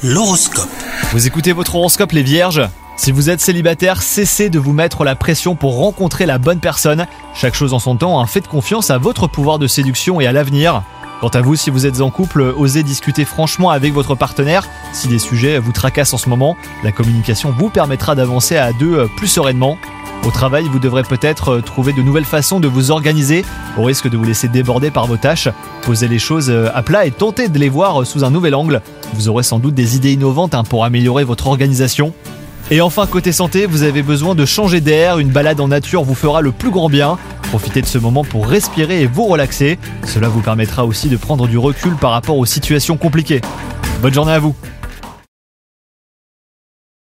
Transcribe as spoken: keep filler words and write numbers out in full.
L'horoscope. Vous écoutez votre horoscope les vierges ? Si vous êtes célibataire, cessez de vous mettre la pression pour rencontrer la bonne personne. Chaque chose en son temps, hein, faites confiance à votre pouvoir de séduction et à l'avenir. Quant à vous, si vous êtes en couple, osez discuter franchement avec votre partenaire. Si des sujets vous tracassent en ce moment, la communication vous permettra d'avancer à deux plus sereinement. Au travail, vous devrez peut-être trouver de nouvelles façons de vous organiser, au risque de vous laisser déborder par vos tâches. Posez les choses à plat et tentez de les voir sous un nouvel angle. Vous aurez sans doute des idées innovantes hein, pour améliorer votre organisation. Et enfin, côté santé, vous avez besoin de changer d'air. Une balade en nature vous fera le plus grand bien. Profitez de ce moment pour respirer et vous relaxer. Cela vous permettra aussi de prendre du recul par rapport aux situations compliquées. Bonne journée à vous!